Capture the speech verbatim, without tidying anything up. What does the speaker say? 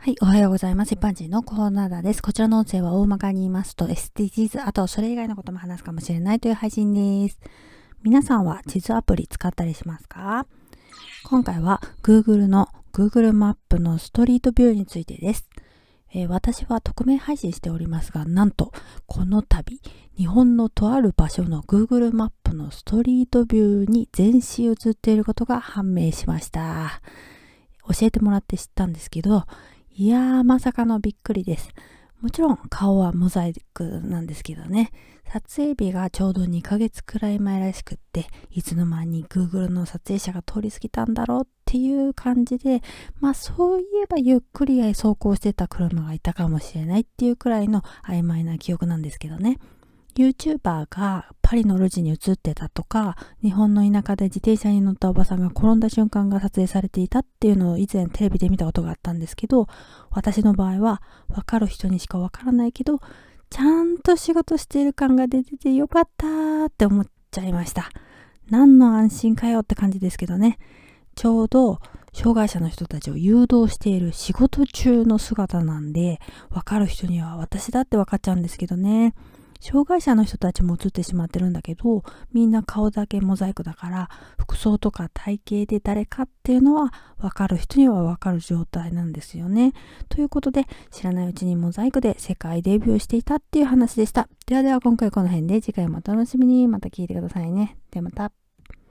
はい、おはようございます。一般人のコーナーです。こちらの音声は大まかに言いますと エスディージーズ、あとそれ以外のことも話すかもしれないという配信です。皆さんは地図アプリ使ったりしますか？今回は Google の Google マップのストリートビューについてです。えー私は匿名配信しておりますが、なんとこの度日本のとある場所の Google マップのストリートビューに全紙写っていることが判明しました。教えてもらって知ったんですけど、いやーまさかのびっくりです。もちろん顔はモザイクなんですけどね、撮影日がちょうどにかげつくらい前らしくって、いつの間に Google の撮影者が通り過ぎたんだろうっていう感じで、まあそういえばゆっくり走行してた車がいたかもしれないっていうくらいの曖昧な記憶なんですけどね。YouTuber がパリの路地に映ってたとか、日本の田舎で自転車に乗ったおばさんが転んだ瞬間が撮影されていたっていうのを以前テレビで見たことがあったんですけど、私の場合は分かる人にしか分からないけど、ちゃんと仕事している感が出ててよかったーって思っちゃいました。何の安心かよって感じですけどね。ちょうど障害者の人たちを誘導している仕事中の姿なんで、分かる人には私だって分かっちゃうんですけどね。障害者の人たちも映ってしまってるんだけど、みんな顔だけモザイクだから、服装とか体型で誰かっていうのは分かる人には分かる状態なんですよね。ということで、知らないうちにモザイクで世界デビューしていたっていう話でした。ではでは今回この辺で、次回もお楽しみに。また聞いてくださいね。ではまた。